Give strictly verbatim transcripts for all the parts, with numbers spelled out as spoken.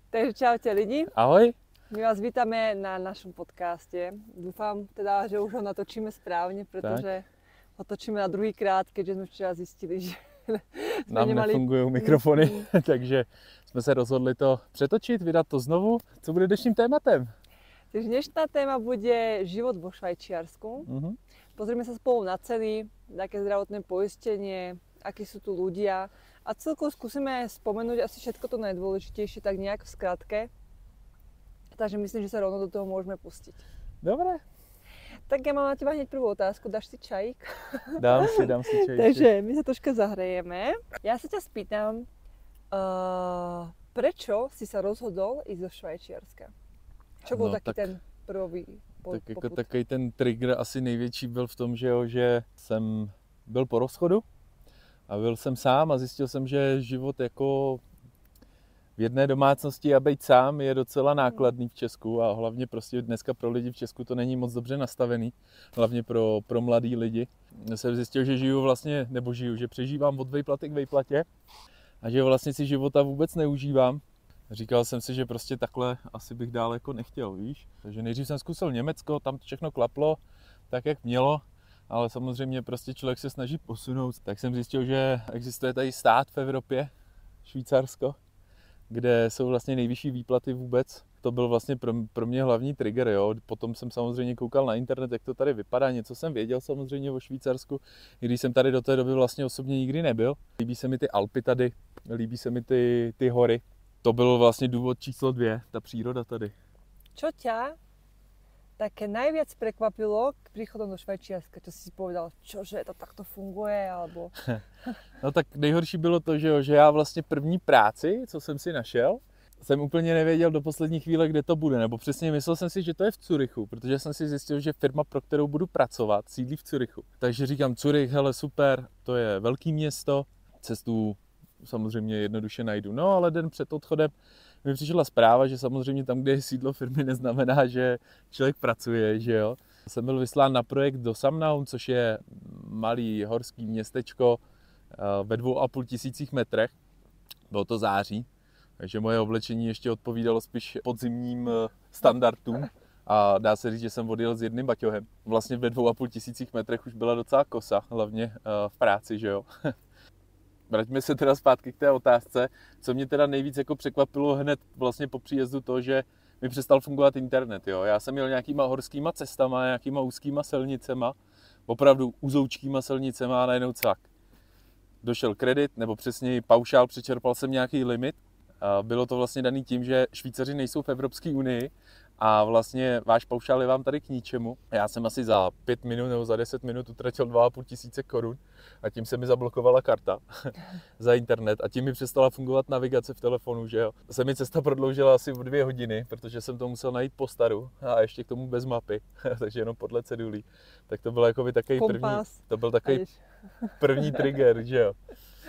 Takže čaute lidi. Ahoj. My vás vítame na našom podcaste. Dúfam teda, že už ho natočíme správne, pretože tak. ho točíme na druhý krát, keďže sme včera zistili, že Nám nemali... nefungují mikrofony, takže jsme se rozhodli to přetočit, vydat to znovu. Co bude dnešním tématem? Takže dnešná téma bude život vo Švajčiarsku. Mm-hmm. Pozrieme sa spolu na ceny, aké zdravotné poistenie, akí sú tu ľudia a celkovo skúsime spomenúť asi všetko to najdôležitejšie tak nejak v skratke. Takže myslím, že sa rovno do toho môžeme pustiť. Dobre. Tak ja mám na teba hneď prvú otázku. Dáš si čajík? Dám si, dám si čajík. Takže my sa troška zahrejeme. Ja sa ťa spýtam, uh, prečo si sa rozhodol ísť do Švajčiarska? Čo bol no, taký tak, ten prvý po, tak jako poput? takový ten trigger asi největší byl v tom, že, jo, že jsem byl po rozchodu a byl jsem sám a zjistil jsem, že život jako v jedné domácnosti a být sám je docela nákladný v Česku a hlavně prostě dneska pro lidi v Česku to není moc dobře nastavený, hlavně pro, pro mladý lidi. Já jsem zjistil, že žiju vlastně, nebo žiju, že přežívám od vejplaty k vejplatě a že vlastně si života vůbec neužívám. Říkal jsem si, že prostě takhle asi bych dál jako nechtěl, víš. Takže nejdřív jsem zkusil Německo, tam to všechno klaplo tak, jak mělo, ale samozřejmě prostě člověk se snaží posunout. Tak jsem zjistil, že existuje tady stát v Evropě, Švýcarsko, kde jsou vlastně nejvyšší výplaty vůbec. To byl vlastně pro, pro mě hlavní trigger, jo. Potom jsem samozřejmě koukal na internet, jak to tady vypadá, něco jsem věděl samozřejmě o Švýcarsku, i když jsem tady do té doby vlastně osobně nikdy nebyl. Líbí se mi ty Alpy tady, líbí se mi ty, ty hory. To byl vlastně důvod číslo dvě, ta příroda tady. Čo ťa také najviac prekvapilo k príchodom do Švajčiarska? Čo si povedal, čože to takto funguje, alebo... No tak nejhorší bylo to, že, jo, že já vlastně první práci, co jsem si našel, jsem úplně nevěděl do poslední chvíle, kde to bude, nebo přesně myslel jsem si, že to je v Curychu, protože jsem si zjistil, že firma, pro kterou budu pracovat, sídlí v Curychu. Takže říkám, Curych, hele super, to je velký město, cestu samozřejmě jednoduše najdu. No ale den před odchodem mi přišla zpráva, že samozřejmě tam, kde je sídlo firmy, neznamená, že člověk pracuje, že jo. Jsem byl vyslán na projekt do Samnaun, což je malý horský městečko ve dvou a půl tisících metrech. Bylo to září, takže moje oblečení ještě odpovídalo spíš podzimním standardům. A dá se říct, že jsem odjel s jedným baťohem. Vlastně ve dvou a půl tisících metrech už byla docela kosa, hlavně v práci, že jo. Vraťme se teda zpátky k té otázce, co mě teda nejvíc jako překvapilo hned vlastně po příjezdu to, že mi přestal fungovat internet. Jo. Já jsem jel nějakýma horskýma cestama, nějakýma úzkýma silnicema, opravdu uzoučkýma silnicema a najednou cvak. Došel kredit, nebo přesněji paušál, přečerpal jsem nějaký limit. A bylo to vlastně daný tím, že Švýcaři nejsou v Evropské unii a vlastně váš paušál je vám tady k ničemu. Já jsem asi za pět minut nebo za deset minut utratil dva a půl tisíce korun a tím se mi zablokovala karta za internet a tím mi přestala fungovat navigace v telefonu, že jo. Se mi cesta prodloužila asi o dvě hodiny, protože jsem to musel najít po staru a ještě k tomu bez mapy, takže jenom podle cedulí. Tak to byl jako takový první, to byl takový první trigger, že jo.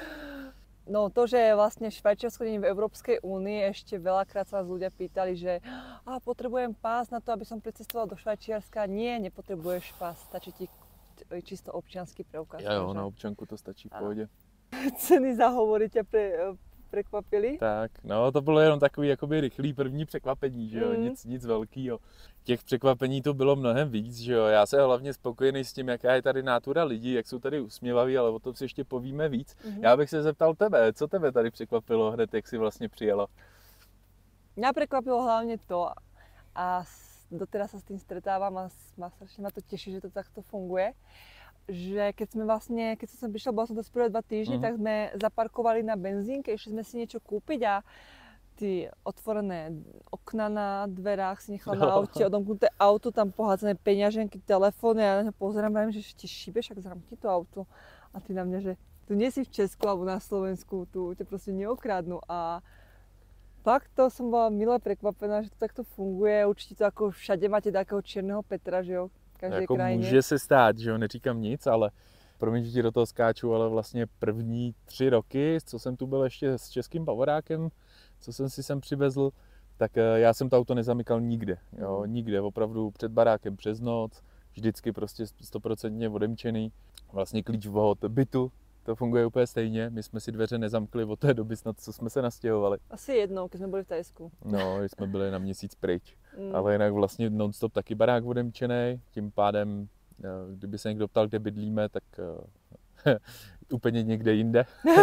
No to, že vlastne Švajčiarsko nie je v Európskej únii, ešte veľakrát sa nás ľudia pýtali, že a, potrebujem pás na to, aby som pricestoval do Švajčiarska. Nie, nepotrebuješ pás, stačí ti čisto občiansky preukaz. Jo, jo, na občanku to stačí v pohodě. Ceny za hovory ťa pre, prekvapili? Tak, no to bylo jenom takový jakoby rychlý první překvapení, že jo, mm. nic, nic velkýho. Těch překvapení to bylo mnohem víc, že jo, já jsem hlavně spokojený s tím, jaká je tady nátura lidí, jak jsou tady usměvaví, ale o tom si ještě povíme víc. Mm. Já bych se zeptal tebe, co tebe tady překvapilo hned, jak jsi vlastně přijela? Mňa prekvapilo hlavne to a doteraz sa s tým stretávam a strašne ma to teší, že to takto funguje, že keď sme vlastne, keď som sem prišla, bola som to prvé dva týždne, mm. tak sme zaparkovali na benzínke, išli sme si niečo kúpiť a ty otvorené okna na dverách si nechala na aute, odomknuté auto, tam pohádzané peňaženky, telefóny a ja na ňa pozerám a že ti šíbe, však zamkni to auto. A ty na mňa, že tu nie si v Česku alebo na Slovensku, tu ťa proste neokradnú a fakt to som bola milé prekvapená, že to takto funguje. Určite to ako všade máte takého čierneho Petra, že jo, v každej jako krajině. Může se stát, že jo, neříkám nic, ale promiň, že ti do toho skáču, ale vlastně první tři roky, co jsem tu byl ještě s českým bavorákem, co jsem si sem přivezl, tak já jsem to auto nezamykal nikde, jo, nikde, opravdu před barákem přes noc, vždycky prostě stoprocentně odemčený, vlastně klíč vhod bytu, to funguje úplně stejně. My jsme si dveře nezamkli od té doby, snad co jsme se nastěhovali. Asi jednou, když jsme byli v Thajsku. No, jsme byli na měsíc pryč. Mm. Ale jinak vlastně non-stop taky barák odemčený. Tím pádem, kdyby se někdo ptal, kde bydlíme, tak úplně někde jinde.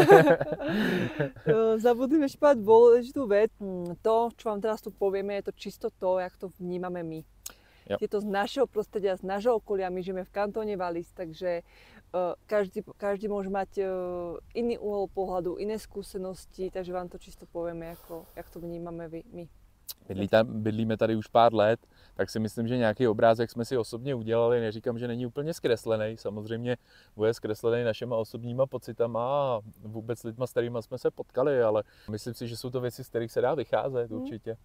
Zabudli ešte povedať dôležitú vec. To, čo vám teraz tu povieme, je to čisto to, jak to vnímame my. Jo. Je to z našeho prostredia, z našeho okolia. My žijeme v kantóne Wallis, takže uh, každý, každý môže mať uh, iný uhol pohľadu, iné skúsenosti, takže vám to čisto povieme, ako, jak to vnímame vy, my. Bydlí tam, bydlíme tady už pár let, tak si myslím, že nějaký obrázek jsme si osobně udělali. Neříkám, že není úplně zkreslený. Samozřejmě bude zkreslený našima osobníma pocitama a vůbec lidma, s kterými jsme se potkali, ale myslím si, že jsou to věci, z kterých se dá vycházet určitě.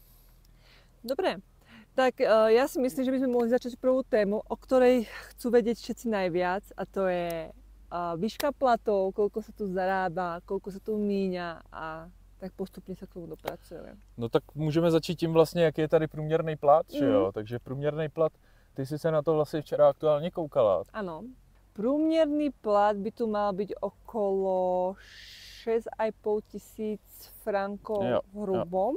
Dobre, tak uh, ja si myslím, že by sme mohli začať prvú tému, o ktorej chcú vedieť všetci najviac, a to je uh, výška platov, koľko sa tu zarába, koľko sa tu míňa a tak postupně se k tomu dopracujeme. No tak můžeme začít tím vlastně, jaký je tady průměrný plat, mm. že jo? Takže průměrný plat, ty jsi se na to vlastně včera aktuálně koukala. Ano. Průměrný plat by tu mal být okolo šesť a pol tisíc frankov jo, v hrubom.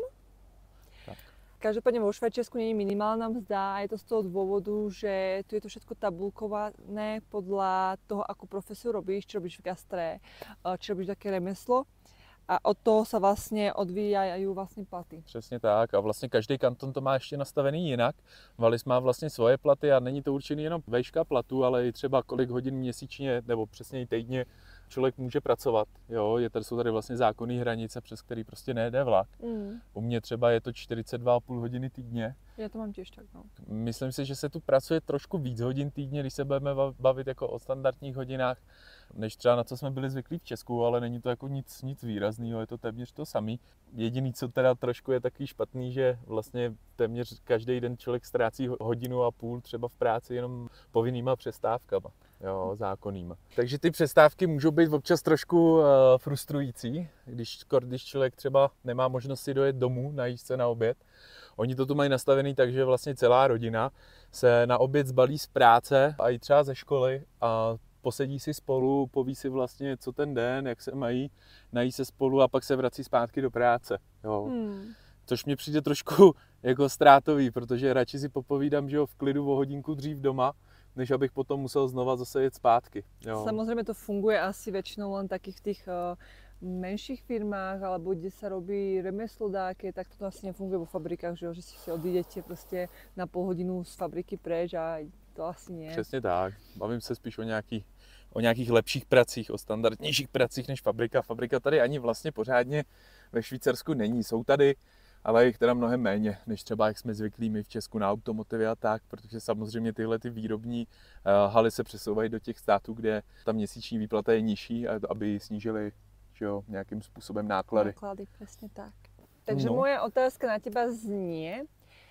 Tak. Každopádně vo Švajčiarsku není minimálna mzda a je to z toho dôvodu, že tu je to všetko tabulkované podľa toho, akú profesiu robíš, či robíš v gastre, či robíš také remeslo. A od toho se vlastně odvíjají vlastně platy. Přesně tak. A vlastně každý kanton to má ještě nastavený jinak. Wallis má vlastně svoje platy a není to určený jenom výška platu, ale i třeba kolik hodin měsíčně nebo přesně týdně člověk může pracovat. Jo, je tady, jsou tady vlastně zákonné hranice, přes který prostě nejede vlak. Mm. U mě třeba je to čtyřicet dva a půl hodiny týdně. Já to mám těž tak, no. Myslím si, že se tu pracuje trošku víc hodin týdně, když se budeme bavit jako o standardních hodinách, než třeba na co jsme byli zvyklí v Česku, ale není to jako nic, nic výrazného, je to téměř to samý. Jediný, co teda trošku je takový špatný, že vlastně téměř každý den člověk ztrácí hodinu a půl třeba v práci jenom povinnýma přestávkama, jo, zákonnýma. Takže ty přestávky můžou být občas trošku uh, frustrující, když, když člověk třeba nemá možnost si dojet domů, najíst se na oběd. Oni to tu mají nastavený tak, že vlastně celá rodina se na oběd zbalí z práce a i třeba ze školy a posedí si spolu, poví si vlastně, co ten den, jak se mají, nají se spolu a pak se vrací zpátky do práce. Jo. Hmm. Což mě přijde trošku jako ztrátový, protože radši si popovídám, že jo, v klidu o hodinku dřív doma, než abych potom musel znova zase jet zpátky. Jo. Samozřejmě to funguje asi většinou len takých v těch uh, menších firmách, alebo kde sa robí remeslo dáke, tak to asi nefunguje vo fabrikách, že, jo, že si odídete prostě na půl hodinu z fabriky preč a to asi nie. Přesně tak. Bavím se spíš o, nějaký, o nějakých lepších pracích, o standardnějších pracích než fabrika. Fabrika tady ani vlastně pořádně ve Švýcarsku není. Jsou tady, ale jich teda mnohem méně, než třeba jak jsme zvyklí my v Česku na automotivy a tak, protože samozřejmě tyhle ty výrobní uh, haly se přesouvají do těch států, kde ta měsíční výplata je nižší, aby snížili, že jo, nějakým způsobem náklady. Náklady, přesně tak. Takže no. Moje otázka na teba znie,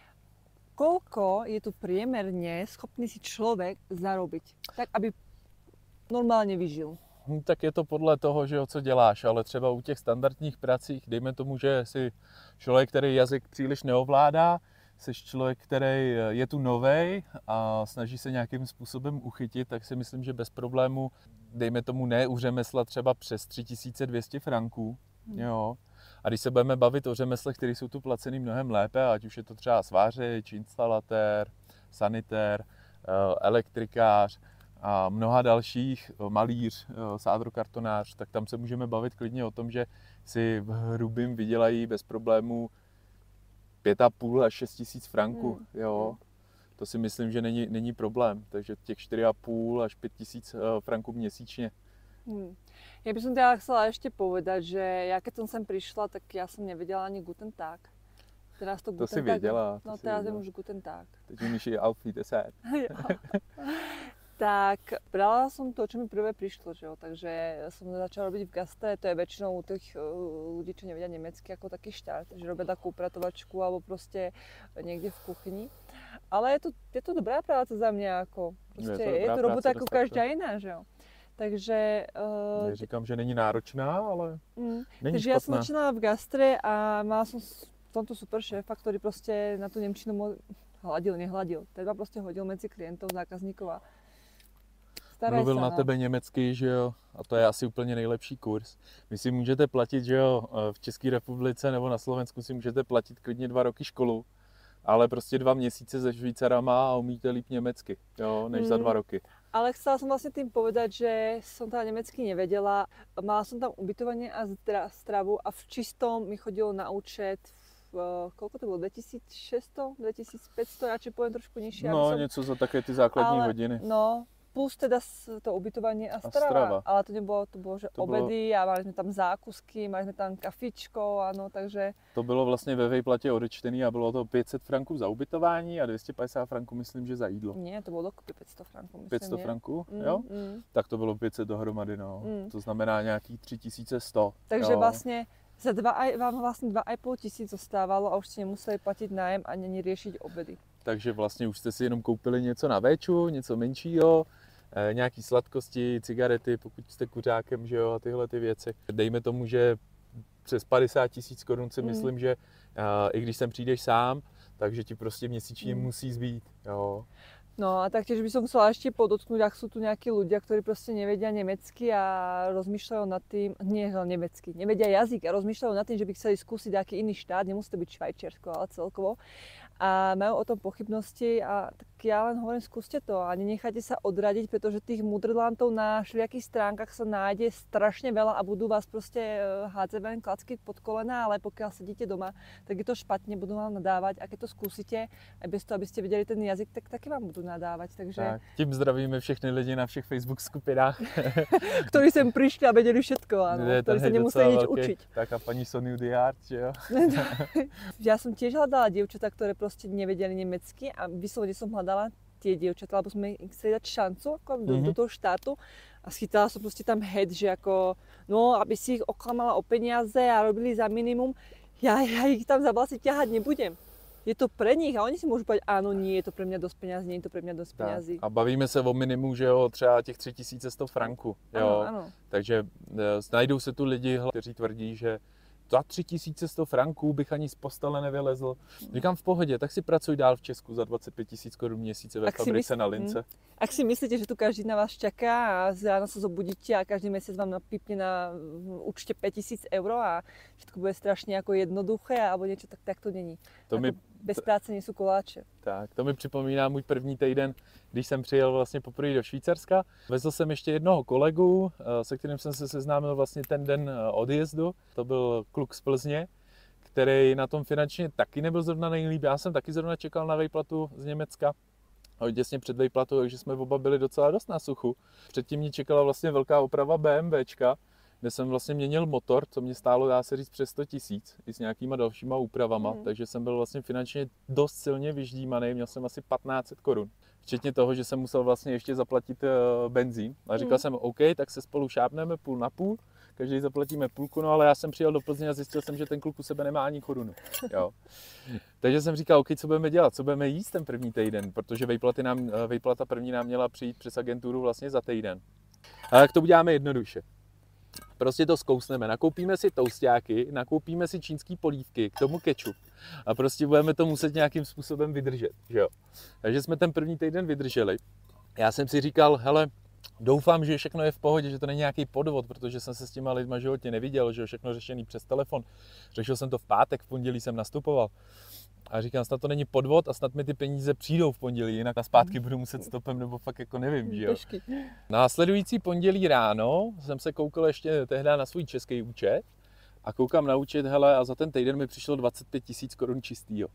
koľko je tu priemerne schopný si člověk zarobit, tak aby normálně vyžil? No, tak je to podle toho, že jo, co děláš, ale třeba u těch standardních pracích, dejme tomu, že jsi člověk, který jazyk příliš neovládá, jsi člověk, který je tu novej a snaží se nějakým způsobem uchytit, tak si myslím, že bez problému, dejme tomu ne u řemesla třeba přes tři tisíce dvě stě franků, hmm. jo. A když se budeme bavit o řemeslech, které jsou tu placený mnohem lépe, ať už je to třeba svářič, instalatér, sanitér, elektrikář a mnoha dalších, malíř, sádrokartonář, tak tam se můžeme bavit klidně o tom, že si v hrubým vydělají bez problémů pět a půl až šest tisíc franků, hmm. jo. To si myslím, že není, není problém, takže těch čtyři a půl až pět tisíc franků měsíčně. Hmm. Ja by som teda chcela ešte povedať, že ja keď som sem prišla, tak ja som nevedela ani Guten Tag. Teraz to, to Guten si Tag, věděla. No teraz viem už Guten Tag. Teď umíš i Auf Wiedersehen. Tak brala som to, čo mi prvé prišlo, že jo? Takže som začala robiť v gastre, to je väčšinou u tých ľudí, čo nevedia nemecky, ako taký štart, že robia takú upratovačku alebo proste niekde v kuchyni. Ale je to, je to dobrá práca za mňa, ako proste, je to, je to robota ako každá iná, že jo? Takže... Uh, Neříkám, že není náročná, ale mm, není takže špatná. ja som začínala v gastre a mala som v tomto super šéfa, ktorý proste na tú nemčinu hladil, nehladil. Ten ma proste hodil medzi klientov, zákazníkov a Staraj mluvil sa, na no. tebe německy, že jo, a to je asi úplně nejlepší kurz. Vy si můžete platit, že jo, v České republice nebo na Slovensku si můžete platit klidně dva roky školu, ale prostě dva měsíce se Švýcarama a umíte líp německy, jo, než mm. za dva roky. Ale chcela som vlastne tým povedať, že som teda nemecky nevedela. Mala som tam ubytovanie a stravu a v čistom mi chodilo na účet v, koľko to bolo, dvetisícšesťsto, dvetisícpäťsto, ja či poviem trošku nižšie. No, som... něco za také ty základní ale, hodiny. No, plus teda to ubytovanie a strava. A strava. Ale to nebolo, to bolo, že to obedy bylo... a mali sme tam zákusky, mali sme tam kafičko, ano, takže... To bylo vlastně ve vejplatě odečtený a bylo to pět set franků za ubytování a dvě stě padesát franků, myslím, že za jídlo. Nie, to bylo dokupy pět set franků, myslím, pět set nie? franků, mm, jo? Mm. Tak to bylo pět set dohromady, no. Mm. To znamená nějaký tři tisíce sto. Takže jo. vlastně za dva, vám vlastně dva a půl tisíc zostávalo a už ste nemuseli platit nájem ani, ani riešiť obedy. Takže vlastně už jste si jenom koupili něco na véču, něco menšího, eh, nějaký sladkosti, cigarety, pokud jste kuřákem, že jo, a tyhle ty věci. Dejme tomu, že přes padesát tisíc korun si mm. myslím, že eh, i když sem přijdeš sám, takže ti prostě měsíčně mm. musí zbýt, jo. No a taktiež by som chcela ešte podotknúť, ak sú tu nejakí ľudia, ktorí proste nevedia nemecky a rozmýšľajú nad tým, nie nemecky, nevedia jazyk a rozmýšľajú nad tým, že by chceli skúsiť aký iný štát, nemusí to byť Švajčiarsko, ale celkovo. A majú o tom pochybnosti a tak ja len hovorím, skúste to a nenechajte sa odradiť, pretože tých mudrlantov na všelijakých stránkach sa nájde strašne veľa a budú vás proste hádzať len klacky pod kolena, ale pokiaľ sedíte doma, tak je to špatne, budú vám nadávať a keď to skúsite, aj bez toho, aby ste vedeli ten jazyk, tak taky vám budú nadávať. Takže... Tak, tím zdravíme všechny lidi na všech Facebook skupinách. Ktorí sem prišli a vedeli všetko, áno, ktorí sa nemuseli nič veľký, učiť. Tak a pani Soniu Diard, že jo? Ja som tiež hľadala dievčatá, ktoré proste nevedeli nemecky a vyslovene som hľadala tie dievčatá, lebo sme im chceli dať šancu ako do, mm-hmm. do toho štátu a schytala som proste tam head, že ako, no, aby si ich oklamala o peniaze a robili za minimum. Ja, ja ich tam za vlasy ťahať nebudem. Je to pre nich a oni si môžu povedať, áno, nie je to pre mňa dosť peňazí, nie je to pre mňa dosť peňazí. A bavíme se o minimu, že jo, třeba těch tři tisíce sto franků, jo. Ano, ano. Takže e, najdou se tu lidi, kteří tvrdí, že za tři tisíce sto franků bych ani z postele nevylezl. Říkám v pohodě, tak si pracuj dál v Česku za dvacet pět tisíc korun měsíce ve ak fabrice mysl... na lince. Hmm. Ak si myslíte, že tu každý na vás čaká a ráno sa zobudíte a každý mesiac vám napípne na účte päť tisíc eur a všetko bude strašne ako jednoduché alebo niečo, tak, tak to není. To ako mi... Bez práce nie sú koláče. Tak, to mi připomíná můj první týden, když jsem přijel vlastně poprvé do Švýcarska. Vezl jsem ještě jednoho kolegu, se kterým jsem se seznámil vlastně ten den odjezdu. To byl kluk z Plzně, který na tom finančně taky nebyl zrovna nejlíp. Já jsem taky zrovna čekal na vejplatu z Německa. Těsně před vejplatou, takže jsme oba byli docela dost na suchu. Předtím mě čekala vlastně velká oprava BMWčka, kde jsem vlastně měnil motor, co mě stálo, dá se říct, přes sto tisíc, i s nějakýma dalšíma úpravama, mm. takže jsem byl vlastně finančně dost silně vyždímaný, měl jsem asi patnáct set korun. Včetně toho, že jsem musel vlastně ještě zaplatit uh, benzín. A říkal mm. jsem, OK, tak se spolu šápneme půl na půl, každý zaplatíme půlku, no ale já jsem přijel do Plzně a zjistil jsem, že ten kluk u sebe nemá ani korunu. Jo. Takže jsem říkal, OK, co budeme dělat, co budeme jíst ten první týden, protože vejplaty nám, vejplata první nám měla přijít přes agenturu vlastně za týden. A jak to uděláme jednoduše? Prostě to zkousneme, nakoupíme si toustáky, nakoupíme si čínský polívky, k tomu kečup a prostě budeme to muset nějakým způsobem vydržet, že jo. Takže jsme ten první týden vydrželi. Já jsem si říkal, hele, doufám, že všechno je v pohodě, že to není nějaký podvod, protože jsem se s těma lidma životně neviděl, že jo, všechno řešený přes telefon. Řešil jsem to v pátek, v pondělí jsem nastupoval. A říkám, snad to není podvod a snad mi ty peníze přijdou v pondělí, jinak na zpátky budu muset stopem, nebo fakt jako nevím, že jo. Následující pondělí ráno jsem se koukal ještě tehdy na svůj český účet a koukám na účet, hele, a za ten týden mi přišlo dvacet pět tisíc korun čistýho.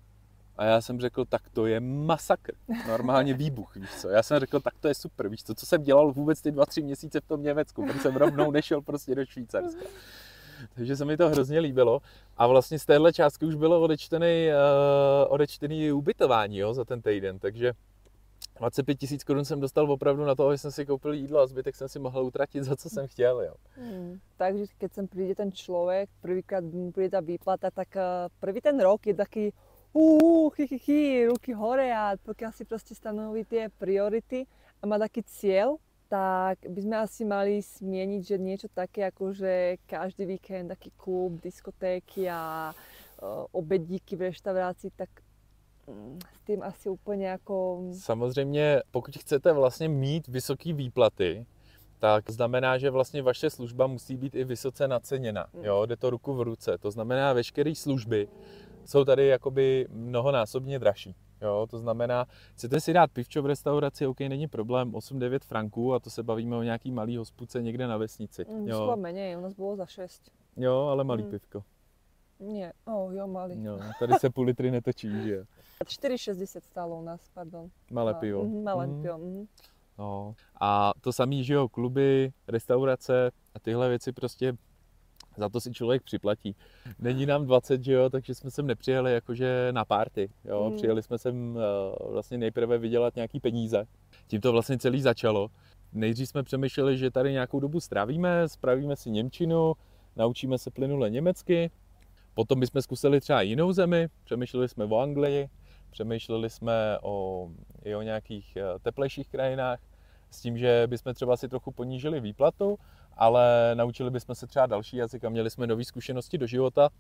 A já jsem řekl, tak to je masakr, normálně výbuch, víš co. Já jsem řekl, tak to je super, víš co, co jsem dělal vůbec ty dva, tři měsíce v tom Německu, protože jsem rovnou nešel prostě do Švýcarska. Takže se mi to hrozně líbilo a vlastně z téhle částky už bylo odečtený, uh, odečtený ubytování, jo, za ten týden, takže dvacet pět tisíc korun jsem dostal opravdu na to, že jsem si koupil jídlo a zbytek jsem si mohl utratit za co jsem chtěl, jo. Hmm, takže keď sem príde ten človek, prvýkrát mu príde tá výplata, tak uh, prvý ten rok je taký uh, chy, chy, chy, ruky hore a pokiaľ si proste stanoví tie priority a má taký cieľ, tak by sme asi mali zmieniť, že niečo také ako, že každý víkend taký klub, diskotéky a uh, obedíky v reštaurácii, tak s tím asi úplně jako... Samozřejmě, pokud chcete vlastně mít vysoké výplaty, tak znamená, že vlastně vaše služba musí být i vysoce naceněna. Jo, jde to ruku v ruce. To znamená, veškeré služby jsou tady jakoby mnohonásobně dražší. Jo, to znamená, chcete si dát pivčo v restauraci, OK, není problém, osm devět franků a to se bavíme o nějaký malý hospůdce někde na vesnici. Mm, jo. Šlo menej, u nás bylo za šest. Jo, ale malý Mm. pivko. Nie, oh, jo, malý. Jo, tady se půl litry netočí, že jo. čtyři šedesát stálo u nás, pardon. Malé pivo. Mm, malé Mm. pivo. Mm. No. A to samý, že jo, kluby, restaurace a tyhle věci prostě za to si člověk připlatí. Není nám dvacet, že jo, takže jsme sem nepřijeli jakože na party, jo. Mm. Přijeli jsme sem uh, vlastně nejprve vydělat nějaký peníze. Tím to vlastně celý začalo. Nejdřív jsme přemýšleli, že tady nějakou dobu strávíme, spravíme si němčinu, naučíme se plynule německy. Potom bychom zkusili třeba jinou zemi, přemýšleli jsme o Anglii, přemýšleli jsme o, i o nějakých teplejších krajinách, s tím, že bychom třeba si trochu ponížili výplatu, ale naučili bychom se třeba další jazyk a měli jsme nové zkušenosti do života.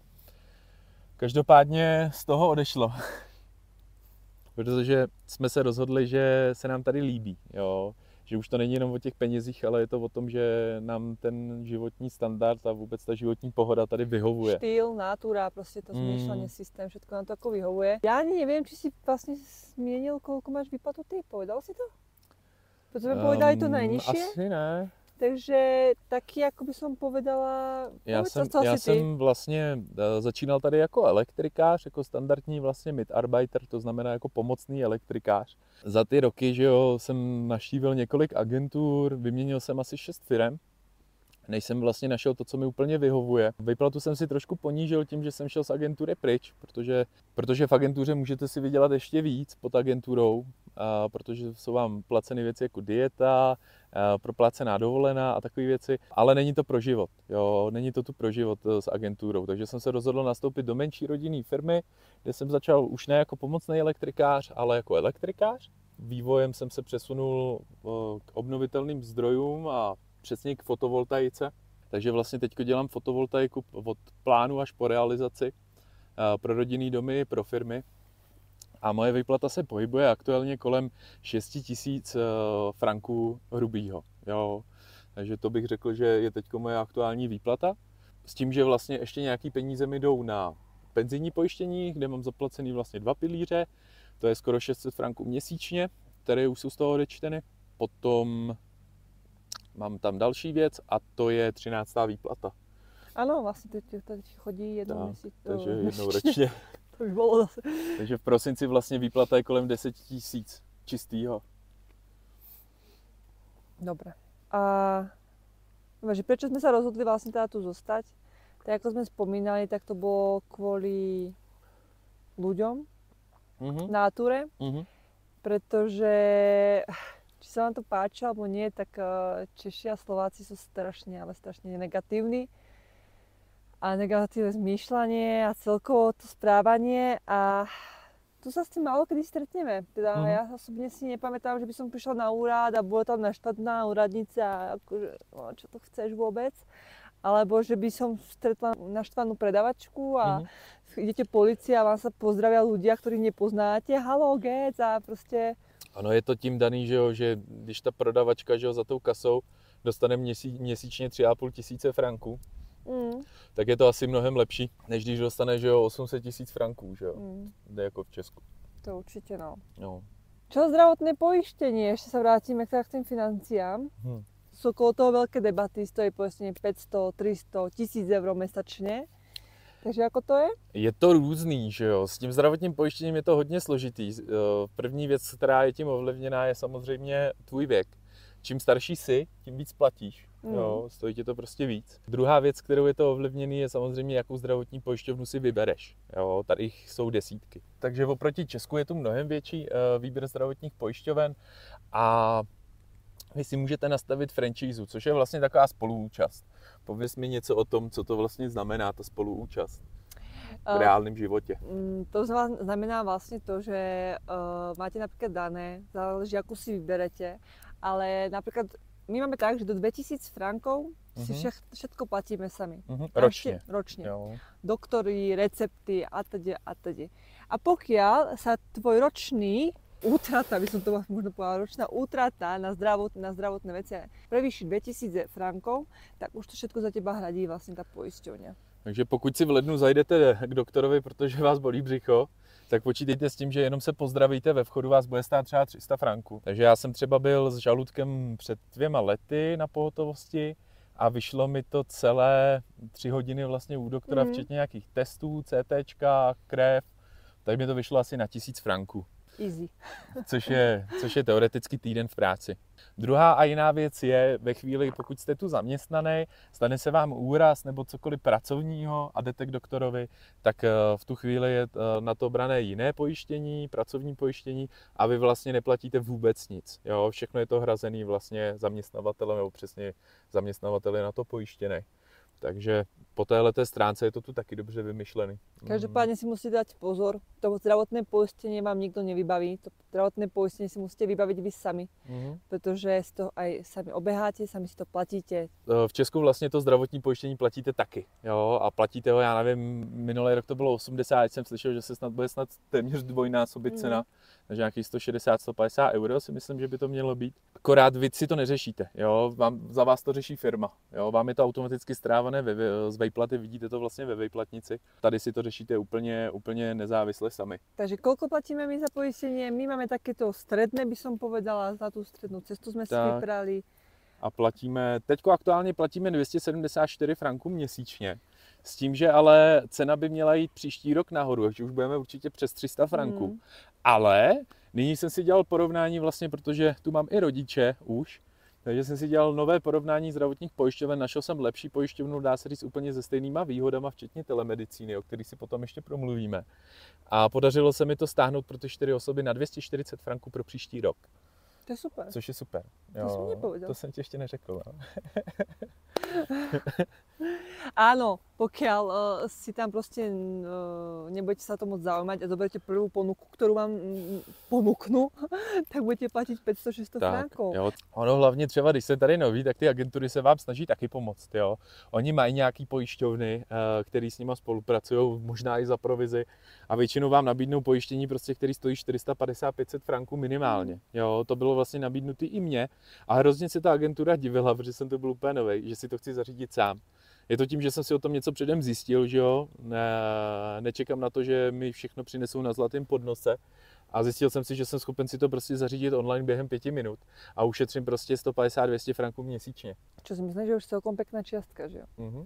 Každopádně z toho odešlo, protože jsme se rozhodli, že se nám tady líbí, jo? Že už to není jenom o těch penězích, ale je to o tom, že nám ten životní standard a vůbec ta životní pohoda tady vyhovuje. Štýl, natura, prostě to zmýšľanie, mm. systém, všetko nám to ako vyhovuje. Ja ani neviem, či si vlastne zmienil, koľko máš výplatu ty. Povedal si to? Protože um, povedali to najnižšie. Asi ne. Takže taky, jako by som povedala, já povedz, jsem, co já asi jsem ty. vlastně začínal tady jako elektrikář, jako standardní vlastně Mitarbeiter, to znamená jako pomocný elektrikář. Za ty roky, že jo, jsem navštívil několik agentur, vyměnil jsem asi šest firem, než jsem vlastně našel to, co mi úplně vyhovuje. Výplatu jsem si trošku ponížil tím, že jsem šel z agentury pryč, protože, protože v agentuře můžete si vydělat ještě víc pod agenturou, a protože jsou vám placeny věci jako dieta, proplácená dovolená a takové věci, ale není to pro život, jo, není to tu pro život s agenturou, takže jsem se rozhodl nastoupit do menší rodinné firmy, kde jsem začal už ne jako pomocný elektrikář, ale jako elektrikář. Vývojem jsem se přesunul k obnovitelným zdrojům a přesně k fotovoltaice, takže vlastně teď dělám fotovoltaiku od plánu až po realizaci pro rodinné domy, pro firmy. A moje výplata se pohybuje aktuálně kolem šest tisíc franků hrubýho. Jo. Takže to bych řekl, že je teď moje aktuální výplata. S tím, že vlastně ještě nějaký peníze mi jdou na penzijní pojištění, kde mám zaplacený vlastně dva pilíře. To je skoro šest set franků měsíčně, které už jsou z toho odečteny. Potom mám tam další věc a to je třináctá výplata. Ano, vlastně teď, teď chodí jednou měsíc. Takže jednou ročně. To by bylo zase. Takže v prosinci vlastně výplata je kolem deset tisíc čistýho. Dobre. A že prečo sme sa rozhodli vlastne teda tu zostať? Tak ako sme spomínali, tak to bolo kvôli ľuďom, mm-hmm. náture, mm-hmm. pretože či sa vám to páči alebo nie, tak Češi a Slováci sú strašne, ale strašne negatívni. A negatívne zmýšľanie a celkovo to správanie a tu sa s tým málo kedy stretneme. Teda mm. ja osobne si nepamätám, že by som prišla na úrad a bola tam naštvatná úradnica a akože, no, čo to chceš vôbec. Alebo že by som stretla naštvanú predavačku a mm. idete policia a vám sa pozdravia ľudia, ktorých nepoznáte. Haló, gec a prostě... Ano, je to tím daný, že, jo, že když ta prodavačka, že jo, za tou kasou dostane měsí, měsíčně tři a půl tisíce franků, Mm. tak je to asi mnohem lepší, než když dostane, že jo, osm set tisíc franků, že jo, mm. jde jako v Česku. To určitě, no. no. Čo zdravotné pojištění, ještě se vrátíme k tým financiám. Hmm. Jsou okolo toho velké debaty, stojí pojištění pět set, tři sta, tisíc euro mesačně. Takže jako to je? Je to různý, že jo. S tím zdravotním pojištěním je to hodně složitý. První věc, která je tím ovlivněná, je samozřejmě tvůj věk. Čím starší jsi, tím víc platíš. Mm. Jo, stojí ti to prostě víc. Druhá věc, kterou je to ovlivněný, je samozřejmě, jakou zdravotní pojišťovnu si vybereš. Jo, tady jich jsou desítky. Takže oproti Česku je tu mnohem větší uh, výběr zdravotních pojišťoven a vy si můžete nastavit franšízu, což je vlastně taková spoluúčast. Pověz mi něco o tom, co to vlastně znamená, ta spoluúčast v uh, reálném životě. To znamená vlastně to, že uh, máte například dané, záleží, jakou si vyberete, ale napríklad my máme tak, že do dvetisíc frankov si však, všetko platíme sami. Mm-hmm. Ročne. Ročne. Jo. Doktory, recepty a teda a teda. A pokiaľ sa tvoj ročný útrata, by som to možno povedala, ročná útrata na, zdravot, na zdravotné veci prevýši dvetisíc frankov, tak už to všetko za teba hradí vlastne tá poisťovňa. Takže pokud si v lednu zajdete k doktorovi, protože vás bolí břicho, tak počítejte s tím, že jenom se pozdravíte ve vchodu, vás bude stát třeba tři sta franků. Takže já jsem třeba byl s žaludkem před dvěma lety na pohotovosti a vyšlo mi to celé tři hodiny vlastně u doktora, mm. včetně nějakých testů, CTčka, krev, tak mi to vyšlo asi na tisíc franků. Easy. Což je, což je teoreticky týden v práci. Druhá a jiná věc je, ve chvíli, pokud jste tu zaměstnaný, stane se vám úraz nebo cokoliv pracovního a jdete k doktorovi, tak v tu chvíli je na to brané jiné pojištění, pracovní pojištění a vy vlastně neplatíte vůbec nic. Jo? Všechno je to hrazený vlastně zaměstnavatelem nebo přesně zaměstnavatel je na to pojištěný. Takže po téhleté stránce je to tu taky dobře vymyšlený. Každopádne si musíte dať pozor, to zdravotné poistenie vám nikto nevybaví. To zdravotné poistenie si musíte vybaviť vy sami, mm-hmm. pretože si to aj sami obeháte, sami si to platíte. V Česku vlastně to zdravotní pojištění platíte taky, jo, a platíte ho, já nevím, minulý rok to bylo osmdesát, jsem slyšel, že se snad bude snad téměř dvojnásobit mm. cena, takže nějakých sto šedesát až sto padesát euro si myslím, že by to mělo být. Akorát vy si to neřešíte, jo, vám, za vás to řeší firma, jo, vám je to automaticky strávané ve, z vejplaty, vidíte to vlastně ve vejplatnici, tady si to řešíte úplně, úplně nezávisle sami. Takže koľko platíme my za poistenie? My máme takéto stredné, by som povedala, za tú strednú cestu sme si vybrali. A platíme, teďko aktuálně platíme dvě stě sedmdesát čtyři franků měsíčně. S tím, že ale cena by měla jít příští rok nahoru, takže už budeme určitě přes tři sta franků. Hmm. Ale nyní jsem si dělal porovnání vlastně, protože tu mám i rodiče už, takže jsem si dělal nové porovnání zdravotních pojišťoven, našel jsem lepší pojišťovnu, dá se říct úplně se stejnýma výhodama, včetně telemedicíny, o kterých si potom ještě promluvíme. A podařilo se mi to stáhnout pro ty čtyři osoby na dvě stě čtyřicet franků pro příští rok. To je super. Což je super. Jo, to jsem nepovedal. To jsem ti ještě neřekl. No. Áno, pokiaľ uh, si tam proste uh, nebudete sa to moc zaujímať a zoberiete prvú ponuku, ktorú vám mm, ponúknu, tak budete platiť päťsto až šesťsto frankov. Jo. Ono hlavně třeba, když jste tady noví, tak ty agentury se vám snaží taky pomoct. Jo. Oni mají nějaký pojišťovny, uh, který s nimi spolupracují, možná i za provizi a většinou vám nabídnou pojištění, prostě, který stojí čtyři sta padesát až pět set franků minimálně. Mm. Jo, to bylo vlastně nabídnutý i mně a hrozně se ta agentura divila, protože jsem to byl úplně novej, že si to chci zařídit sám. Je to tím, že jsem si o tom něco předem zjistil, že jo, ne, nečekám na to, že mi všechno přinesou na zlatém podnose a zjistil jsem si, že jsem schopen si to prostě zařídit online během pěti minut a ušetřím prostě sto padesát až dvě stě franků měsíčně. Čo si myslím, že už celkom pekná čiastka, že jo? Mm-hmm.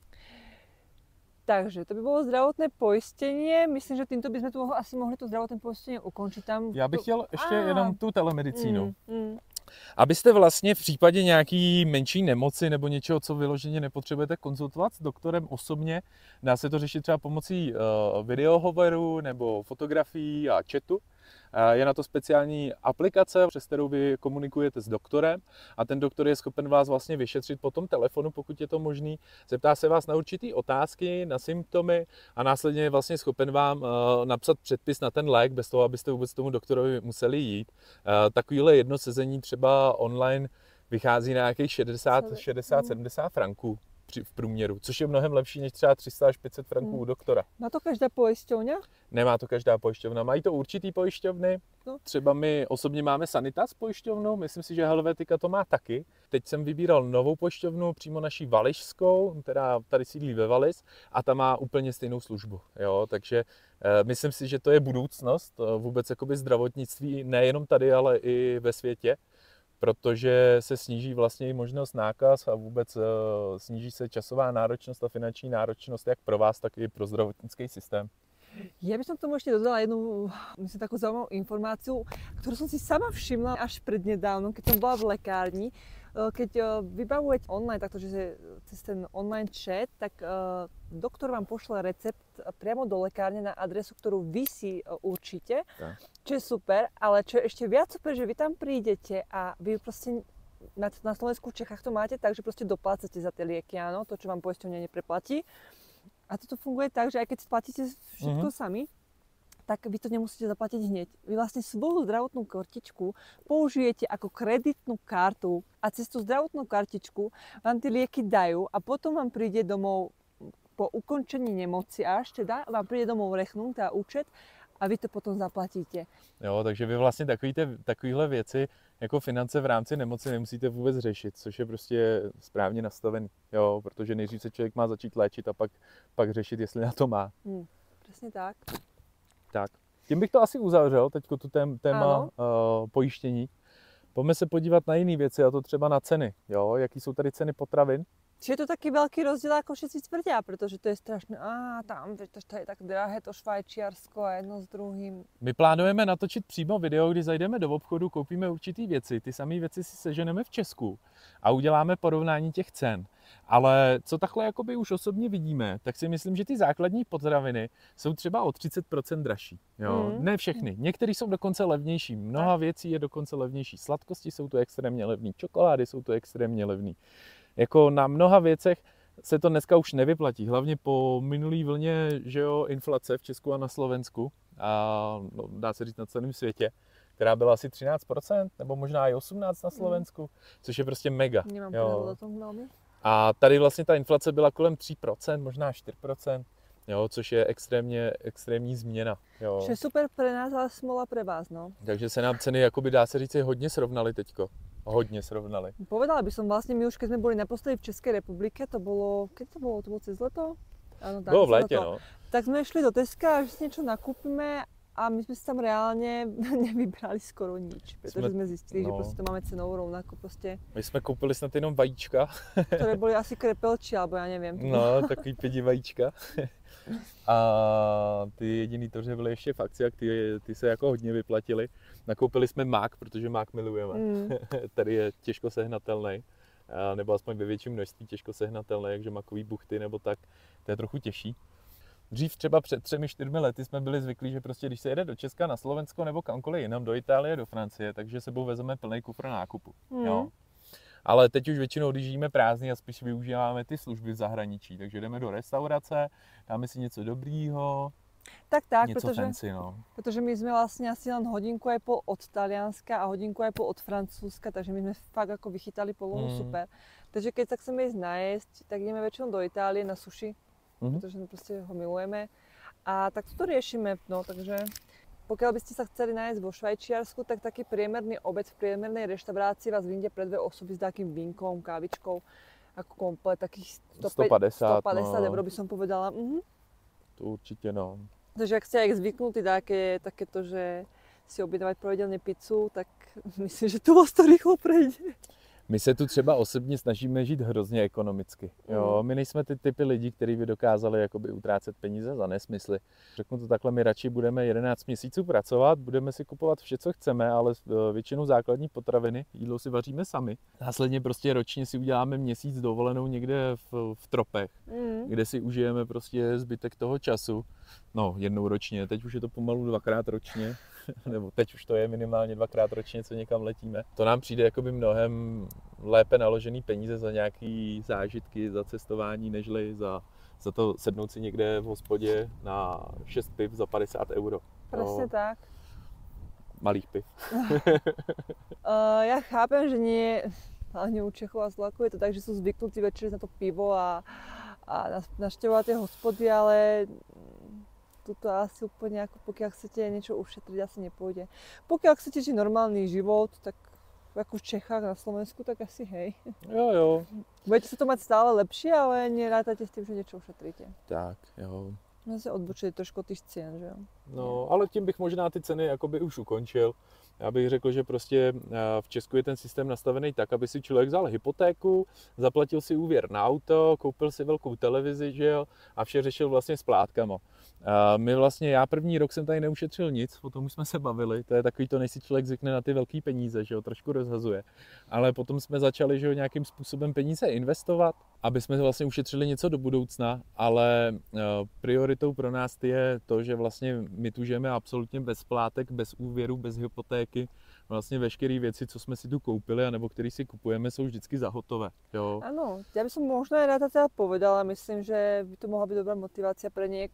Takže to by bolo zdravotné poistenie. Myslím, že týmto by sme tu mohli, asi mohli to zdravotné poistenie ukončiť. Tam Já bych to... chtěl ještě ah. jenom tu telemedicínu. Mm, mm. Abyste vlastně v případě nějaký menší nemoci nebo něčeho, co vyloženě nepotřebujete konzultovat s doktorem osobně, dá se to řešit třeba pomocí uh, videohovoru nebo fotografií a chatu. Je na to speciální aplikace, přes kterou vy komunikujete s doktorem a ten doktor je schopen vás vlastně vyšetřit po tom telefonu, pokud je to možný. Zeptá se vás na určitý otázky, na symptomy a následně je vlastně schopen vám uh, napsat předpis na ten lék, bez toho, abyste vůbec tomu doktorovi museli jít. Uh, takovýhle jedno sezení třeba online vychází na nějakých šedesát, šedesát, sedmdesát franků v průměru, což je mnohem lepší než třeba tři sta až pět set franků u doktora. Má to každá pojišťovňa? Nemá to každá pojišťovna, mají to určitý pojišťovny. No. Třeba my osobně máme Sanitas pojišťovnu, myslím si, že Helvetika to má taky. Teď jsem vybíral novou pojišťovnu, přímo naší Vališskou, která tady sídlí ve Valis a ta má úplně stejnou službu. Jo? Takže eh, myslím si, že to je budoucnost vůbec jakoby zdravotnictví, nejenom tady, ale i ve světě. Protože se sníží vlastně i možnost nákaz a vůbec uh, sníží se časová náročnost a finanční náročnost jak pro vás, tak i pro zdravotnický systém. Ja by som tomu ešte dodala jednu, myslím, takú zaujímavú informáciu, ktorú som si sama všimla až prednedávnom, keď som bola v lekárni. Keď vybavujete online, taktože cez ten online chat, tak doktor vám pošle recept priamo do lekárne na adresu, ktorú vy si určíte, tak. Čo je super, ale čo je ešte viac super, že vy tam prídete a vy proste na, na Slovensku, v Čechách to máte tak, že proste doplácate za tie lieky, áno, to, čo vám poisťovňa nepreplatí. A toto funguje tak, že aj keď splatíte všetko mm-hmm. sami, tak vy to nemusíte zaplatiť hneď. Vy vlastne svoju zdravotnú kartičku použijete ako kreditnú kartu a cez tú zdravotnú kartičku vám tie lieky dajú a potom vám príde domov po ukončení nemoci až teda vám príde domov rechnung, teda účet a vy to potom zaplatíte. Jo, takže vy vlastně takovýte, takovýhle věci jako finance v rámci nemoci nemusíte vůbec řešit, což je prostě správně nastavený, jo, protože nejdřív se člověk má začít léčit a pak, pak řešit, jestli na to má. Hmm, přesně tak. Tak, tím bych to asi uzavřel, teďko tu tém, téma uh, pojištění. Pojďme se podívat na jiné věci, a to třeba na ceny, jo, jaký jsou tady ceny potravin. Či je to taký veľký rozdiel, ako všetci tvrdia, pretože to je strašné, á, tam, to, to je tak drahé, to Švajčiarsko a jedno s druhým. My plánujeme natočit přímo video, kdy zajdeme do obchodu, koupíme určitý věci, ty samé věci si seženeme v Česku a uděláme porovnání těch cen. Ale co takhle jakoby už osobně vidíme, tak si myslím, že ty základní potraviny jsou třeba o třicet procent dražší. Jo? Mm. Ne všechny, některé jsou dokonce levnější, mnoha věcí je dokonce levnější. Sladkosti jsou tu extrémně levný, čokolády jsou tu extrémně levný. Jako na mnoha věcech se to dneska už nevyplatí, hlavně po minulý vlně, že jo, inflace v Česku a na Slovensku a no, dá se říct na celém světě, která byla asi třináct procent nebo možná i osmnáct procent na Slovensku, mm. což je prostě mega. Nemám jo. O tom velmi. A tady vlastně ta inflace byla kolem tři procenta, možná čtyři procenta, jo, což je extrémně, extrémní změna. Jo. Což je super pre nás, ale smola pre vás, no. Takže se nám ceny, jakoby dá se říct, hodně srovnaly teďko. Hodně srovnali. Povedala by som vlastne, my už keď sme boli naposledy v Českej republike, to bolo, keď to bolo, to bolo cez leto? Áno, tak, bolo v lete, no. Tak sme šli do Teska, že si niečo nakúpime a my sme si tam reálne nevybrali skoro nič, pretože sme, sme zistili, no. že proste to máme cenou rovnako proste. My jsme koupili snad jenom vajíčka. Ktoré boli asi krepelči, alebo ja neviem. No, takový pěti vajíčka. A ty jediný to, že byly ještě v akci, ty, ty se jako hodně vyplatily. Nakoupili jsme mák, protože mák milujeme. Mm. Tady je těžko sehnatelný, nebo aspoň ve větším množství těžko sehnatelný, takže makový buchty nebo tak, to je trochu těžší. Dřív třeba před třemi, čtyřmi lety jsme byli zvyklí, že prostě když se jede do Česka, na Slovensko nebo kamkoliv jinam, do Itálie, do Francie, takže sebou vezeme plný kufr nákupu. Mm. Jo. Ale teď už většinou, když žijeme prázdný a spíš využíváme ty služby v zahraničí, takže jdeme do restaurace, dáme si něco dobrýho, tak, tak, něco protože, fancy, no. Protože my jsme vlastně asi len hodinku aj pol od Talianska a hodinku aj pol od Francúzska, takže my jsme fakt jako vychytali polohu mm. super. Takže keď sa chceme ísť najesť, tak ideme väčšinou do Itálie na sushi, mm. protože my prostě ho milujeme. A tak to riešime, no, takže pokiaľ by ste sa chceli nájsť vo Švajčiarsku, tak taký priemerný obed v priemernej reštaurácii vás vyjde pre dve osoby s takým vínkom, kávičkou, ako komplet, takých sto padesát, sto padesát no. eur by som povedala. Mhm. To určitě no. Takže ak ste aj zvyknutí také, takéto, že si objednávať pravidelne pizzu, tak myslím, že to vás to rýchlo prejde. My se tu třeba osobně snažíme žít hrozně ekonomicky. Jo? My nejsme ty typy lidí, kteří by dokázali jakoby utrácet peníze za nesmysly. Řeknu to takhle, my radši budeme jedenáct měsíců pracovat, budeme si kupovat vše, co chceme, ale většinou základní potraviny, jídlo si vaříme sami. Následně prostě ročně si uděláme měsíc dovolenou někde v, v tropech, mm. kde si užijeme prostě zbytek toho času. No, jednou ročně, teď už je to pomalu dvakrát ročně. Nebo teď už to je minimálně dvakrát ročně, co někam letíme. To nám přijde jakoby mnohem lépe naložený peníze za nějaký zážitky, za cestování, nežli za, za to sednout si někde v hospodě na šest piv za padesát euro. Presne no, tak. Malých piv. uh, ja chápem, že nie, hlavne u Čechov a Slovákov je to tak, že sú zvyknutí večer na to pivo a, a navštevovať tie hospody, ale tuto asi úplne, ako pokiaľ chcete niečo ušetriť, asi nepôjde. Pokiaľ chcete žiť normálny život, tak ako v Čechách, na Slovensku, tak asi hej. Jo, jo. Budete sa to mať stále lepšie, ale nerátajte s tým, že niečo ušetríte. Tak, jo. No se odbočili trošku od těch cen, že jo? No, ale tím bych možná ty ceny jakoby už ukončil. Já bych řekl, že prostě v Česku je ten systém nastavený tak, aby si člověk vzal hypotéku, zaplatil si úvěr na auto, koupil si velkou televizi, že jo, a vše řešil vlastně splátkama. My vlastně, já první rok jsem tady neušetřil nic, o tom už jsme se bavili, to je takový to, než si člověk zvykne na ty velké peníze, že jo, trošku rozhazuje. Ale potom jsme začali, že jo, nějakým způsobem peníze investovat, aby jsme vlastně ušetřili něco do budoucna, ale prioritou pro nás je to, že vlastně my tu žijeme absolutně bez splátek, bez úvěru, bez hypotéky. Vlastně veškeré věci, co jsme si tu koupili, anebo které si kupujeme, jsou vždycky za hotové. Áno, ja by som možno aj ráda teda povedala, myslím, že by to mohla byť dobrá motivácia pre niekoho, že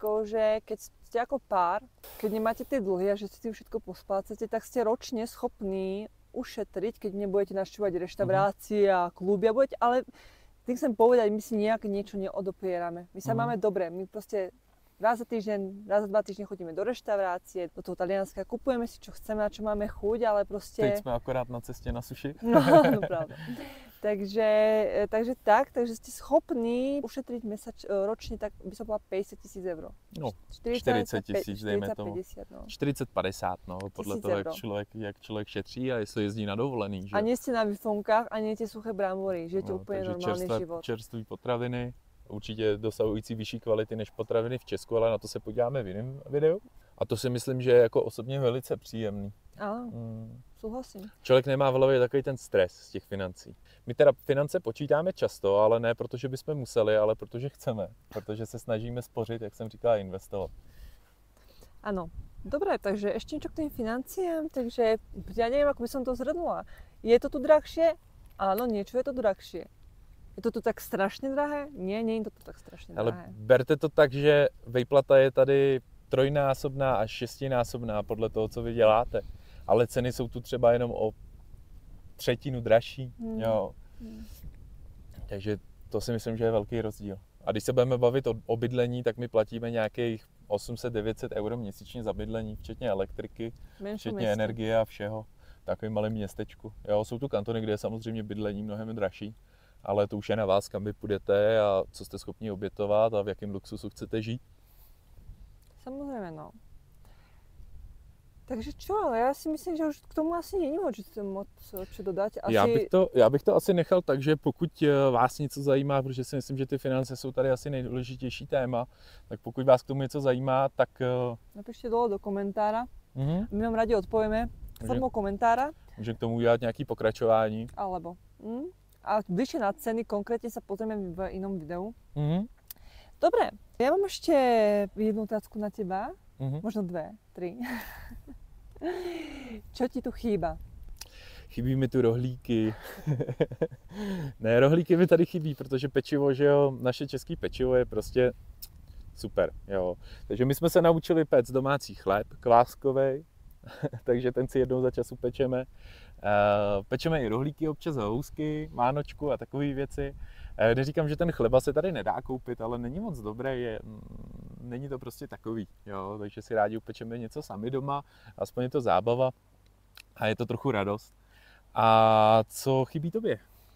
že keď ste ako pár, keď nemáte tie dlhy a že si tým všetko posplácate, tak ste ročne schopní ušetriť, keď nebudete navštevovať reštaurácie a kluby a budete, ale tým chcem povedať, my si nejak niečo neodopierame. My sa uh-huh. máme dobre, my proste raz za týždeň, raz za dva týždne chodíme do reštaurácie, do toho Talianska, kupujeme si čo chceme, na čo máme chuť, ale proste... Teď sme akorát na ceste na suši. No, no pravda. Takže, takže tak, takže ste schopní ušetriť mesač, ročne, tak by som povedala päťdesiat tisíc eur. No, čtyřicet tisíc, dejme tomu. päťdesiat, no. čtyřicet padesát, no, podle toho, jak člověk, jak člověk šetří a jestli jezdí na dovolený, že? A nie ste na výfonkách a nejete suché brambory, žijete no, úplně normální čerstvé, život. Čerství potraviny, určitě dosahující vyšší kvality než potraviny v Česku, ale na to se podíváme v jiném videu. A to si myslím, že je jako osobně velice příjemný. Ano, hmm. souhlasím. Člověk nemá v hlavě takový ten stres z těch financí. My teda finance počítáme často, ale ne protože bychom museli, ale protože chceme. Protože se snažíme spořit, jak jsem říkala, investovat. Ano. Dobre, takže ešte niečo k tým financiám, takže ja neviem, ako by som to zhrnula. Je to tu drahšie? Áno, niečo je to drahšie. Je to tu tak strašne drahé? Nie, nie je to tu tak strašne drahé. Ale berte to tak, že vejplata je tady trojnásobná až šestinásobná podle toho, co vy děláte. Ale ceny jsou tu třeba jenom o třetinu dražší. Hmm. Jo. Hmm. Takže to si myslím, že je velký rozdíl. A když se budeme bavit o, o bydlení, tak my platíme nějakých osm set devět set euro měsíčně za bydlení, včetně elektriky, Menší včetně město. energie a všeho. V takovém malém městečku. Jo, jsou tu kantony, kde je samozřejmě bydlení mnohem dražší, ale to už je na vás, kam vy půjdete a co jste schopni obětovat a v jakém luxusu chcete žít. Samozrejme, no. Takže čo, ale já si myslím, že už k tomu asi není moc, moc čo dodať. Asi... Já, bych to, já bych to asi nechal tak, že pokud vás něco zajímá, protože si myslím, že ty finance jsou tady asi nejdůležitější téma, tak pokud vás k tomu něco zajímá, tak... Napište dole do komentára. Mm-hmm. My vám rádi odpovíme formou komentára. Můžeme k tomu udělat nějaké pokračování. Alebo. Mm. A bližšie na ceny konkrétne sa pozrieme v inom videu. Mm-hmm. Dobre, ja mám ešte jednu otázku na teba. Mm-hmm. Možno dve, tri. Čo ti tu chýba? Chybí mi tu rohlíky. Ne, rohlíky mi tady chybí, protože pečivo, že jo, naše české pečivo je prostě super, jo. Takže my jsme se naučili péct domácí chléb, kváskovej, takže ten si jednou za čas upečeme. Uh, pečeme i rohlíky, občas housky, mánočku a takové věci. Uh, neříkám, že ten chleba se tady nedá koupit, ale není moc dobrý, je, mm, není to prostě takový, jo, takže si rádi upečeme něco sami doma, aspoň je to zábava a je to trochu radost. A co chybí tobě?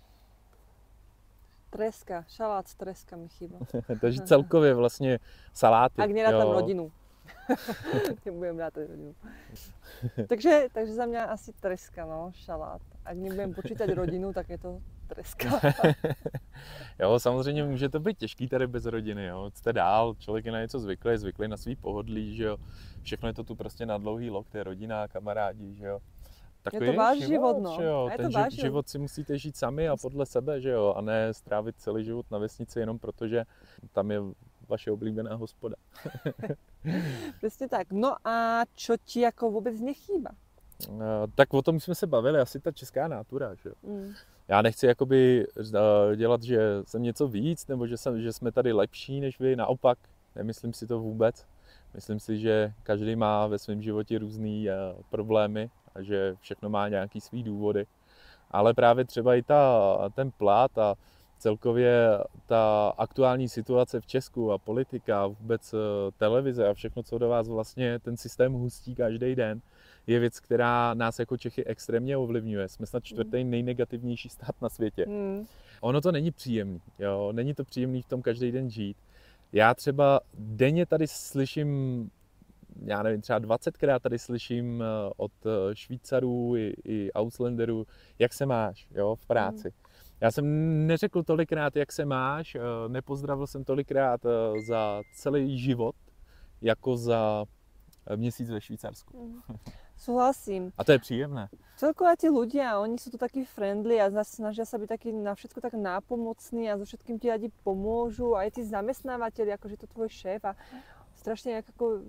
Treska, šalát z treska mi chýba. Takže celkově vlastně saláty. Ak nerátam rodinu. Nebudem rátať rodinu. takže, takže za mňa asi treska, no, šalát. Ak nebudem počítať rodinu, tak je to treska. Jo, samozřejmě může to být těžký tady bez rodiny, jo. Jste dál, člověk je na něco zvyklý, je zvyklý na svý pohodlí, že jo. Všechno je to tu prostě na dlouhý lok, to je rodina, kamarádi, že jo. Takový je to váš život, no. Jo. Je Ten to váš život, život si musíte žít sami a podle sebe, že jo, a ne strávit celý život na vesnici jenom protože tam je vaše oblíbená hospoda. Přesně tak. No a čo ti jako vůbec nechýba? Uh, tak o tom jsme se bavili, asi ta česká nátura, že jo. Mm. Já nechci jakoby dělat, že jsem něco víc, nebo že, jsem, že jsme tady lepší než vy, naopak, nemyslím si to vůbec. Myslím si, že každý má ve svém životě různé uh, problémy a že všechno má nějaký svý důvody. Ale právě třeba i ta, ten plat a celkově ta aktuální situace v Česku a politika a vůbec televize a všechno, co do vás vlastně ten systém hustí každý den, je věc, která nás jako Čechy extrémně ovlivňuje. Jsme snad čtvrtý nejnegativnější stát na světě. Mm. Ono to není příjemný, jo? Není to příjemný v tom každý den žít. Já třeba denně tady slyším, já nevím, třeba dvacetkrát tady slyším od Švýcarů i, i Ausländerů, jak se máš, jo, v práci. Mm. Já jsem neřekl tolikrát, jak se máš, nepozdravil jsem tolikrát za celý život, jako za měsíc ve Švýcarsku. Mm. Súhlasím. A to je příjemné. Celkovo tí ľudia, oni sú tu takí friendly a snažia sa byť takí na všetko tak nápomocní a so všetkým ti radi pomôžu. Aj tí zamestnávateľi, akože to tvoj šéf a strašne ako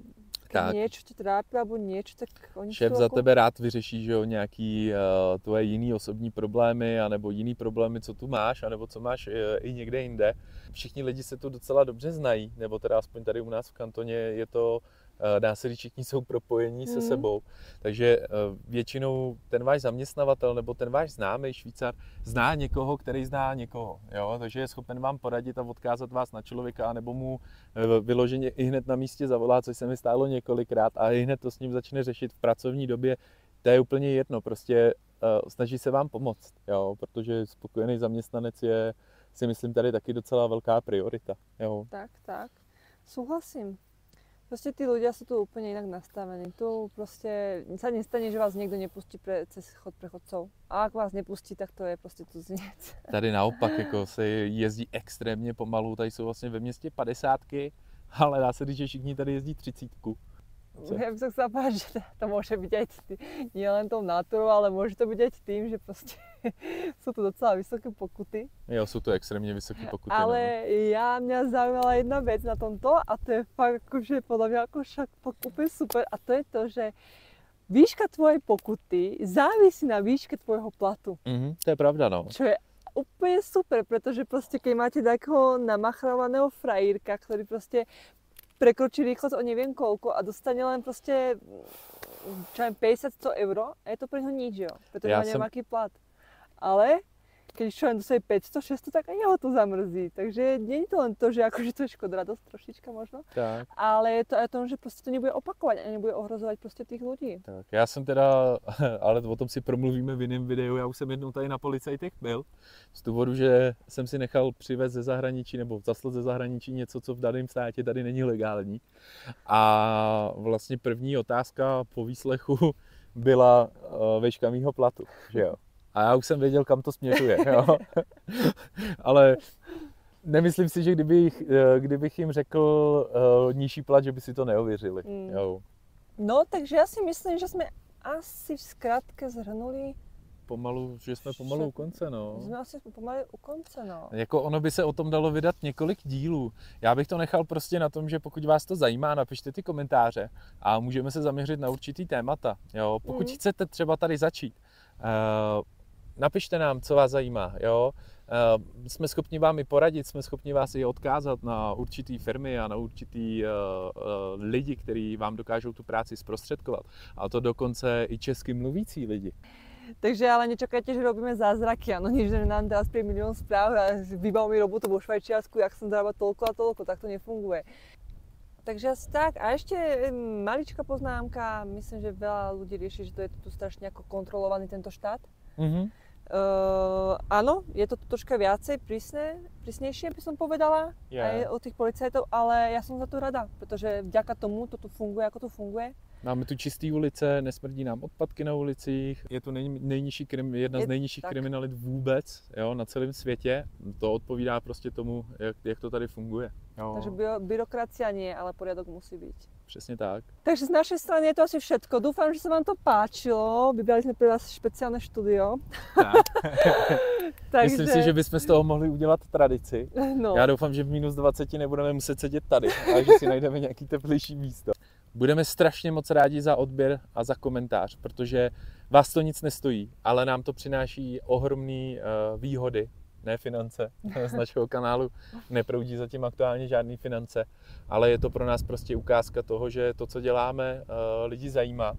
Keď Tak. niečo ťa trápi alebo niečo, tak oni Šéf sú za ako... tebe rád vyřeší, že jo, nějaký uh, tvoje jiný osobní problémy, anebo jiný problémy, co tu máš, anebo co máš uh, i někde jinde. Všichni lidi se tu docela dobře znají, nebo teda aspoň tady u nás v kantoně je to, uh, dá se říct, všichni jsou propojení mm. se sebou. Takže uh, většinou ten váš zaměstnavatel nebo ten váš známý Švýcar zná někoho, který zná někoho. Jo? Takže je schopen vám poradit a odkázat vás na člověka, nebo mu uh, vyloženě i hned na místě zavolá, což se mi stálo několikrát, a i hned to s ním začne řešit v pracovní době. To je úplně jedno, prostě uh, snaží se vám pomoct, jo? Protože spokojený zaměstnanec je, si myslím, tady taky docela velká priorita. Jo? Tak, tak. Súhlasím. Proste tí ľudia sú tu úplne inak nastavení. Tu proste sa nestane, že vás niekto nepustí pre, cez chod prechodcov. A ak vás nepustí, tak to je proste cudzinec. Tady naopak jako se jezdí extrémně pomalu, tady jsou vlastně ve městě padesátky, ale dá se říct, že všichni tady jezdí třicítku. Co? Ja by som chcela povedať, že to môže byť aj tý, nie len tou náturou, ale môže to byť aj tým, že proste sú tu docela vysoké pokuty. Jo, jsou to extrémně vysoké pokuty. Ale No. ja, mňa zaujímala jedna vec na tomto a to je fakt akože podľa mňa ako však úplne super a to je to, že výška tvojej pokuty závisí na výške tvojho platu. Mhm, to je pravda, no. Čo je úplne super, pretože proste keď máte takého namachrovaného frajírka, ktorý proste prekročí rýchlosť o neviem koľko a dostane len proste čo aj päťdesiat sto eur, a je to pre neho nič, jo, pretože Ja má som- nejaký plat. Ale keď čo len dostane päťsto šesťsto, tak aj jeho to zamrzí. Takže nie je to len to, že akože to je škodradosť trošička možno, Tak, ale je to aj o tom, že proste to nebude opakovať a nebude ohrozovať proste tých ľudí. tak. Já jsem teda, ale o tom si promluvíme v jiném videu, já už jsem jednou tady na policajtech byl, z důvodu, že jsem si nechal přivést ze zahraničí nebo zaslat ze zahraničí něco, co v daném státě tady není legální. A vlastně první otázka po výslechu byla uh, výška mýho platu, že jo. A já už jsem věděl, kam to směřuje, jo. Ale nemyslím si, že kdybych, eh, kdybych jim řekl uh, nižší plat, že by si to neověřili. Mm. Jo. No, takže ja si myslím, že sme asi v skratke zhrnuli. Pomalu, že jsme pomalu u konce, no. Sme asi pomaly u konce, no. Jako ono by se o tom dalo vydat několik dílů. Já bych to nechal prostě na tom, že pokud vás to zajímá, napište ty komentáře a můžeme se zaměřit na určitý témata. Jo? Pokud Mm. chcete třeba tady začít, uh, napište nám, co vás zajímá. Jo? Uh, jsme schopni vám i poradit, jsme schopni vás i odkázat na určitý firmy a na určitý uh, uh, lidi, kteří vám dokážou tu práci zprostředkovat. A to dokonce i česky mluvící lidi. Takže ale nečakajte, že robíme zázraky, ano, nič, že nám teraz príde milión správ a vybav mi robotu vo Švajčiarsku, jak som zarábať toľko a toľko, tak to nefunguje. Takže asi tak. A ešte maličká poznámka, myslím, že veľa ľudí rieši, že to je tu strašne ako kontrolovaný tento štát. Mm-hmm. Uh, áno, je to troška viacej prísne, prísnejšie by som povedala, Yeah. aj od tých policajtov, ale ja som za to rada, pretože vďaka tomu to tu funguje, ako to funguje. Máme tu čisté ulice, nesmrdí nám odpadky na ulicích, je tu nej, nejnižší krim, jedna Je, z nejnižších tak. kriminalit vůbec, jo, na celém světě. To odpovídá prostě tomu, jak, jak to tady funguje. Jo. Takže bio, byrokracia nie, ale poriadok musí byť. Přesně tak. Takže z našej strany je to asi všetko. Dúfam, že sa vám to páčilo. Vybrali sme pre vás špeciálne štúdio. tak. Takže, Myslím si, že bychom z toho mohli udělat tradici. no, Já doufám, že v minus dvacet nebudeme muset sedět tady, ale že si najdeme nějaký teplejší místo. Budeme strašně moc rádi za odběr a za komentář, protože vás to nic nestojí, ale nám to přináší ohromné uh, výhody, ne finance. Z našeho kanálu neproudí zatím aktuálně žádné finance, ale je to pro nás prostě ukázka toho, že to, co děláme, uh, lidi zajímá.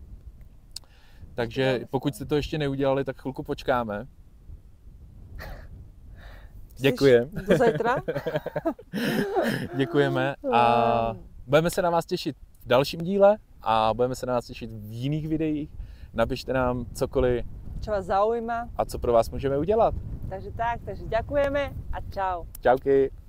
Takže pokud jste to ještě neudělali, tak chvilku počkáme. Děkujeme. Do zajtra. Děkujeme a budeme se na vás těšit v dalším díle a budeme se na vás těšit v jiných videích. Napište nám cokoliv, Čo vás zaujíma. a co pro vás můžeme udělat. Takže tak, takže ďakujeme a čau. Čauky.